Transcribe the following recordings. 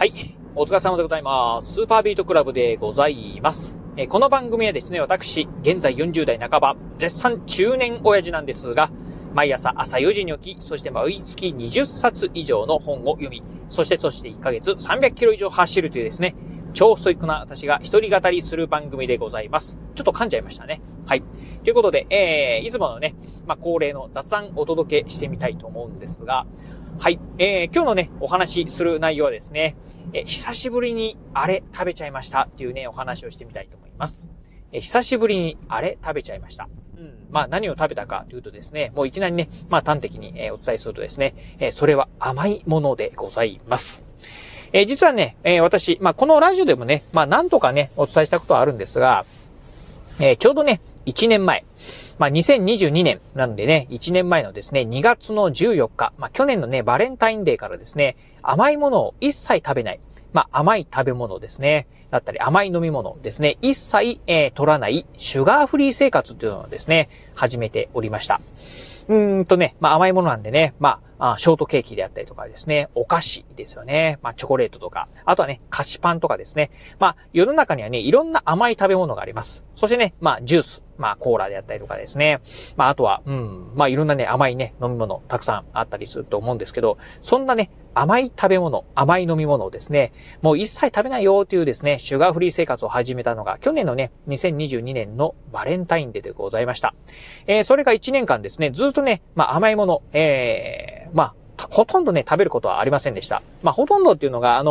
はい。お疲れ様でございます。スーパービートクラブでございます。この番組はですね、私、現在40代半ば、絶賛中年親父なんですが、毎朝4時に起き、そして毎月20冊以上の本を読み、そして1ヶ月300キロ以上走るというですね、超ストイックな私が一人語りする番組でございます。ちょっと噛んじゃいましたね。はい。ということで、いつものね、恒例の雑談お届けしてみたいと思うんですが、はい。今日のね、お話しする内容はですね、久しぶりにあれ食べちゃいましたっていうね、お話をしてみたいと思います。久しぶりにあれ食べちゃいました。何を食べたかというとですね、もういきなりね、端的に、お伝えするとですね、それは甘いものでございます。実はね、私、このラジオでもね、何とかね、お伝えしたことはあるんですが、ちょうどね、1年前、2022年なんでね、1年前のですね、2月の14日、去年のね、バレンタインデーからですね、甘いものを一切食べない、甘い食べ物ですね、だったり甘い飲み物ですね、一切、取らないシュガーフリー生活というのをですね、始めておりました。甘いものなんでね、ショートケーキであったりとかですね、お菓子ですよね。チョコレートとか、あとはね、菓子パンとかですね。世の中にはね、いろんな甘い食べ物があります。そしてね、ジュース、コーラであったりとかですね。あとは、いろんなね、甘いね、飲み物、たくさんあったりすると思うんですけど、そんなね、甘い食べ物、甘い飲み物をですね、もう一切食べないよというですね、シュガーフリー生活を始めたのが、去年のね、2022年のバレンタインデーでございました。それが1年間ですね、ずっとね、甘いもの、ほとんどね、食べることはありませんでした。ほとんどっていうのが、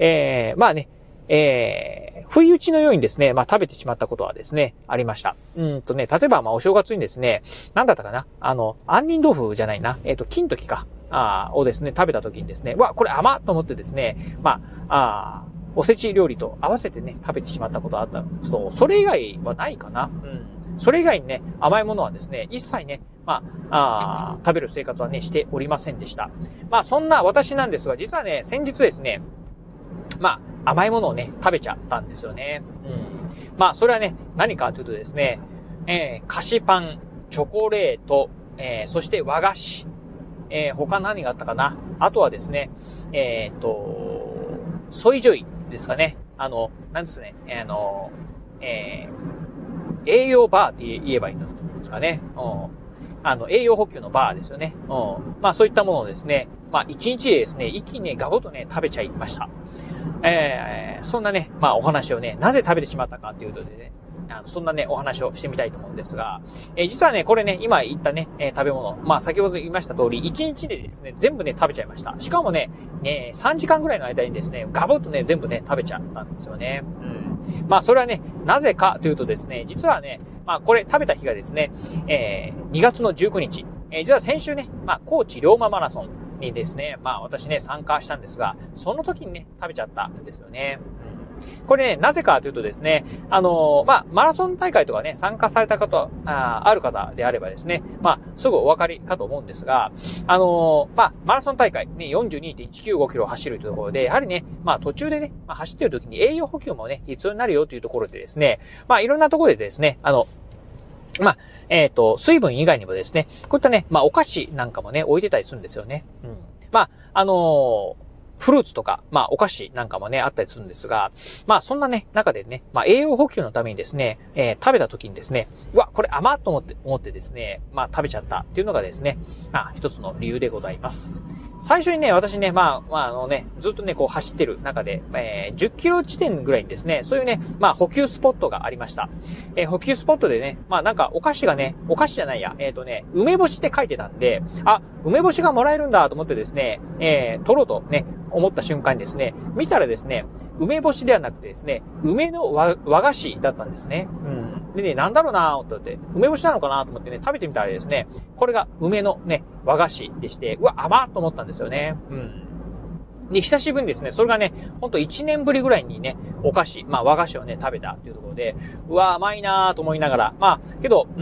不意打ちのようにですね、食べてしまったことはですね、ありました。例えば、お正月にですね、なんだったかな、杏仁豆腐じゃないな、金時か、をですね、食べた時にですね、これ甘っと思ってですね、おせち料理と合わせてね、食べてしまったことがあったんですけど、それ以外はないかな。それ以外にね、甘いものはですね、一切ね、食べる生活はね、しておりませんでした。そんな私なんですが、実はね、先日ですね、甘いものをね、食べちゃったんですよね。それはね、何かというとですね、菓子パン、チョコレート、そして和菓子、他何があったかな。あとはですね、ソイジョイですかね。なんですね、栄養バーって言えばいいんですかね。栄養補給のバーですよね。そういったものをですね、一日でですね、一気にね、ガボッとね、食べちゃいました。そんなね、お話をね、なぜ食べてしまったかというとね、そんなね、お話をしてみたいと思うんですが、実はね、これね、今言ったね、食べ物、先ほど言いました通り、1日でですね、全部ね、食べちゃいました。しかもね、3時間ぐらいの間にですね、ガボッとね、全部ね、食べちゃったんですよね。それはね、なぜかというとですね、実はね、これ食べた日がですね、2月の19日、実は先週ね、高知龍馬マラソンにですね、私ね、参加したんですが、その時にね、食べちゃったんですよね。これね、なぜかというとですね、マラソン大会とかね、参加された方、ある方であればですね、すぐお分かりかと思うんですが、マラソン大会、ね、42.195 キロ走るというところで、やはりね、途中でね、走っている時に栄養補給もね、必要になるよというところでですね、いろんなところでですね、水分以外にもですね、こういったね、お菓子なんかもね、置いてたりするんですよね。フルーツとか、お菓子なんかもね、あったりするんですが、そんなね、中でね、栄養補給のためにですね、食べた時にですね、これ甘っと思ってですね、食べちゃったっていうのがですね、一つの理由でございます。最初にね、私ね、ずっとね、こう走ってる中で、10キロ地点ぐらいにですね、そういうね、補給スポットがありました。補給スポットでね、お菓子がね、お菓子じゃないや、梅干しって書いてたんで、梅干しがもらえるんだと思ってですね、取ろうとね、思った瞬間にですね、見たらですね、梅干しではなくてですね、梅の和菓子だったんですね。でね、なんだろうなーと思って、梅干しなのかなと思ってね、食べてみたらですね、これが梅のね、和菓子でして、甘っと思ったんですよね。で、久しぶりにですね、それがね、ほんと1年ぶりぐらいにね、和菓子をね、食べたっていうところで、甘いなーと思いながら、けど、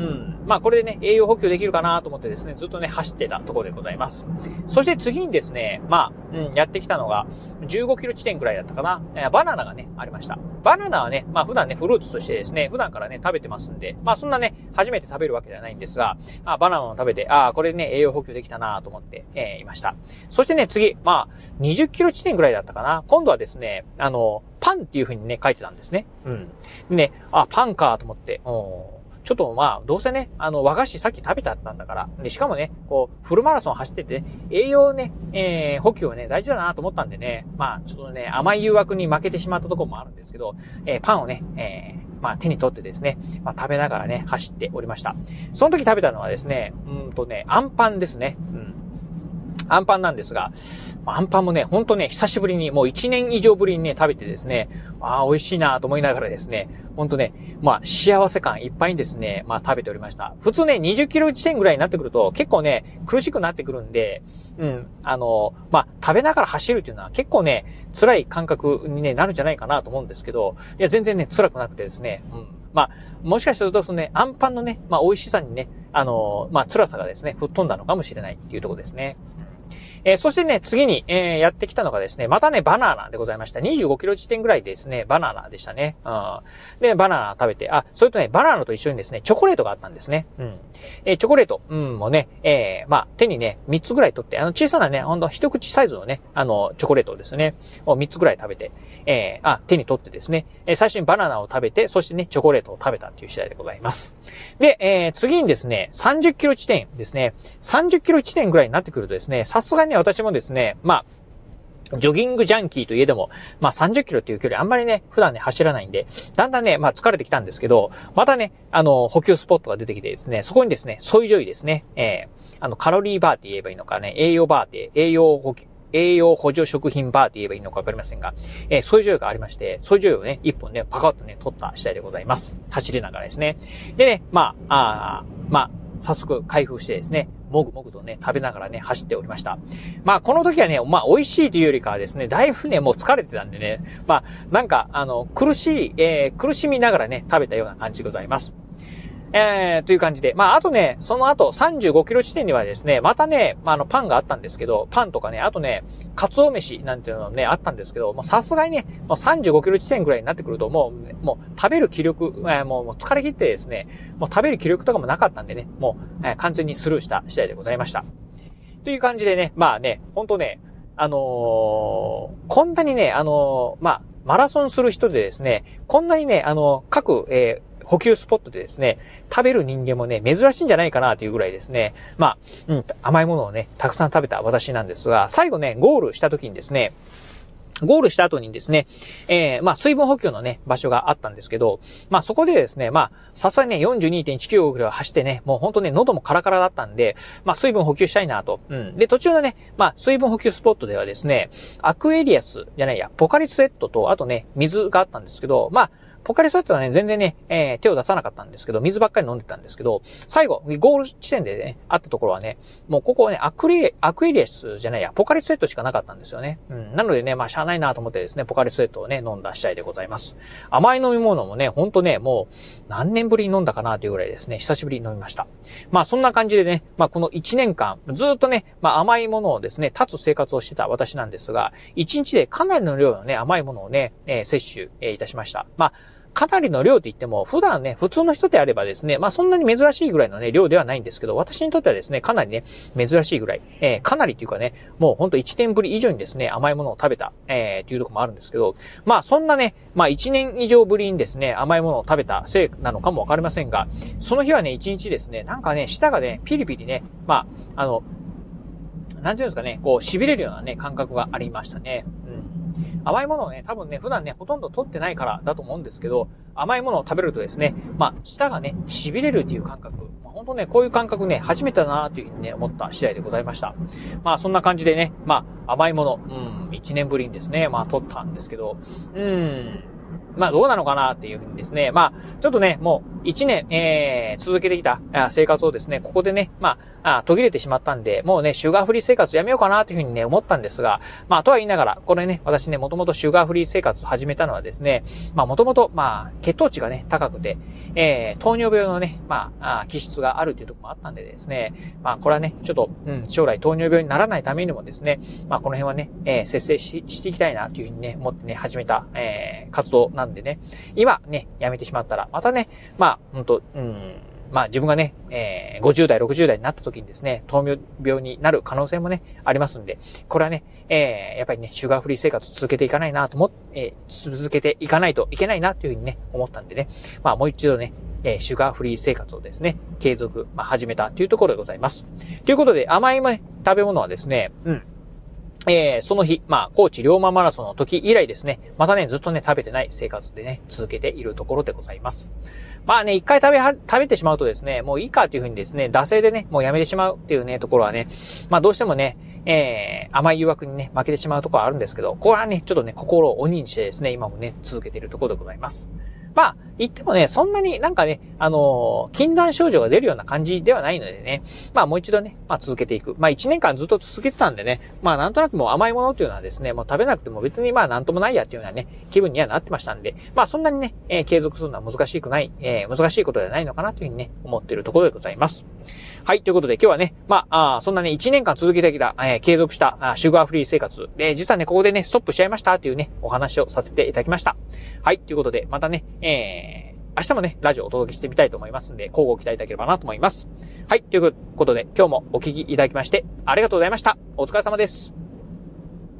まあこれでね、栄養補給できるかなと思ってですね、ずっとね、走ってたところでございます。そして次にですね、まあ、やってきたのが、15キロ地点くらいだったかな。バナナがね、ありました。バナナはね、まあ普段ね、フルーツとしてですね、普段からね、食べてますんで、まあそんなね、初めて食べるわけではないんですが、バナナを食べて、これね、栄養補給できたなと思って、いました。そしてね、次、まあ、20キロ地点くらいだったかな。今度はですね、パンっていう風にね、書いてたんですね。でね、パンかと思って、ちょっとまあ、どうせね、和菓子さっき食べたったんだから。で、しかもね、こう、フルマラソン走ってて、ね、栄養ね、補給はね、大事だなと思ったんでね、まあ、ちょっとね、甘い誘惑に負けてしまったところもあるんですけど、パンをね、まあ、手に取ってですね、まあ、食べながらね、走っておりました。その時食べたのはですね、アンパンですね。アンパンなんですが、アンパンもね、ほんとね、久しぶりに、もう1年以上ぶりにね、食べてですね、美味しいなと思いながらですね、ほんとね、まあ、幸せ感いっぱいにですね、まあ、食べておりました。普通ね、20キロ地点ぐらいになってくると、結構ね、苦しくなってくるんで、まあ、食べながら走るっていうのは結構ね、辛い感覚に、ね、なるんじゃないかなと思うんですけど、いや、全然ね、辛くなくてですね、まあ、もしかすると、そのね、アンパンのね、まあ、美味しさにね、まあ、辛さがですね、吹っ飛んだのかもしれないっていうところですね。そしてね、次に、やってきたのがですね、またね、バナナでございました。25キロ地点ぐらいでですね、バナナでしたね。で、バナナ食べて、それとね、バナナと一緒にですね、チョコレートがあったんですね。チョコレート、もうね、まあ、手にね、3つぐらい取って、小さなね、ほんと一口サイズのね、チョコレートをですね、3つぐらい食べて、手に取ってですね、最初にバナナを食べて、そしてね、チョコレートを食べたっていう次第でございます。で、次にですね、30キロ地点ですね、30キロ地点ぐらいになってくるとですね、さすがにね、私もですね、まあ、ジョギングジャンキーといえども、まあ30キロっていう距離あんまりね、普段ね、走らないんで、だんだんね、まあ疲れてきたんですけど、またね、補給スポットが出てきてですね、そこにですね、ソイジョイですね、カロリーバーって言えばいいのかね、栄養バーって、栄養補助食品バーって言えばいいのかわかりませんが、ソイジョイがありまして、ソイジョイをね、一本ね、パカッとね、取った次第でございます。走りながらですね。でね、まあ、早速開封してですね、もぐもぐとね、食べながらね、走っておりました。まあ、この時はね、まあ、美味しいというよりかはですね、だいぶね、もう疲れてたんでね、まあ、なんか、苦しみながらね、食べたような感じでございます。という感じで。まあ、あとね、その後35キロ地点にはですね、またね、パンがあったんですけど、パンとかね、あとね、カツオ飯なんていうのね、あったんですけど、もうさすがにね、もう35キロ地点ぐらいになってくると、もう食べる気力、もう疲れ切ってですね、もう食べる気力とかもなかったんでね、もう、完全にスルーした次第でございました。という感じでね、まあね、ほんとね、こんなにね、マラソンする人でですね、こんなにね、各、補給スポットでですね、食べる人間もね、珍しいんじゃないかなというぐらいですね、まあ、甘いものをね、たくさん食べた私なんですが、最後ね、ゴールした時にですね、ゴールした後にですね、水分補給のね、場所があったんですけど、そこでですね、さすがにね、42.195 キロ走ってね、もうほんとね、喉もカラカラだったんで、水分補給したいなと。で、途中のね、水分補給スポットではですね、ポカリスエットと、あとね、水があったんですけど、ポカリスエットはね、全然ね、手を出さなかったんですけど、水ばっかり飲んでたんですけど、最後、ゴール地点でね、あったところはね、もうここはね、ポカリスエットしかなかったんですよね。なのでね、しゃあないなと思ってですね、ポカリスエットをね、飲んだ次第でございます。甘い飲み物もね、ほんとね、もう、何年ぶりに飲んだかなというぐらいですね、久しぶりに飲みました。そんな感じでね、この1年間、ずっとね、甘いものをですね、断つ生活をしてた私なんですが、1日でかなりの量のね、甘いものをね、摂取、いたしました。かなりの量と言っても、普段ね、普通の人であればですね、そんなに珍しいぐらいのね、量ではないんですけど、私にとってはですね、かなりね、珍しいぐらい、かなりというかね、もうほんと1年ぶり以上にですね、甘いものを食べた、というところもあるんですけど、そんなね、1年以上ぶりにですね、甘いものを食べたせいなのかもわかりませんが、その日はね、1日ですね、なんかね、舌がね、ピリピリね、なんていうんですかね、こう、痺れるようなね、感覚がありましたね。甘いものをね、多分ね、普段ね、ほとんど取ってないからだと思うんですけど、甘いものを食べるとですね、舌がね、痺れるっていう感覚。本当ね、こういう感覚ね、初めてだなというふうにね、思った次第でございました。そんな感じでね、甘いもの、1年ぶりにですね、取ったんですけど、 まあどうなのかなっていうふうにですね、まあちょっとね、もう1年、続けてきた生活をですね、ここでね、まあ途切れてしまったんで、もうね、シュガーフリー生活やめようかなというふうにね、思ったんですが、まあとは言いながら、これね、私ね、もともとシュガーフリー生活を始めたのはですね、まあもともと、まあ血糖値がね、高くて、糖尿病のね、まあ気質があるというところもあったんでですね、まあこれはね、ちょっと、将来糖尿病にならないためにもですね、まあこの辺はね、節制していきたいなというふうにね、思ってね、始めた、活動なんでね、今ね、やめてしまったら、またね、まあ、まあ自分がね、50代、60代になった時にですね、糖尿病になる可能性もね、ありますんで、これはね、やっぱりね、シュガーフリー生活を続けていかないなと続けていかないといけないなというふうにね、思ったんでね、まあもう一度ね、シュガーフリー生活をですね、継続、始めたというところでございます。ということで、甘い食べ物はですね、その日、高知龍馬マラソンの時以来ですね、またね、ずっとね、食べてない生活でね、続けているところでございます。まあね、一回食べてしまうとですね、もういいかっていうふうにですね、惰性でね、もうやめてしまうっていうね、ところはね、まあどうしてもね、甘い誘惑にね、負けてしまうところはあるんですけど、これはね、ちょっとね、心を鬼にしてですね、今もね、続けているところでございます。まあ、言ってもね、そんなになんかね、禁断症状が出るような感じではないのでね、まあもう一度ね、続けていく。まあ1年間ずっと続けてたんでね、なんとなくもう甘いものっていうのはですね、もう食べなくても別になんともないやっていうようなね、気分にはなってましたんで、そんなにね、継続するのは難しいことではないのかなというふうにね、思っているところでございます。はい、ということで今日はね、そんなね、1年間続けてきた、継続したシュガーフリー生活で、実はね、ここでね、ストップしちゃいましたっていうね、お話をさせていただきました。はい、ということで、またね、明日もね、ラジオをお届けしてみたいと思いますので、交互期待いただければなと思います。はい、ということで、今日もお聞きいただきまして、ありがとうございました。お疲れ様です。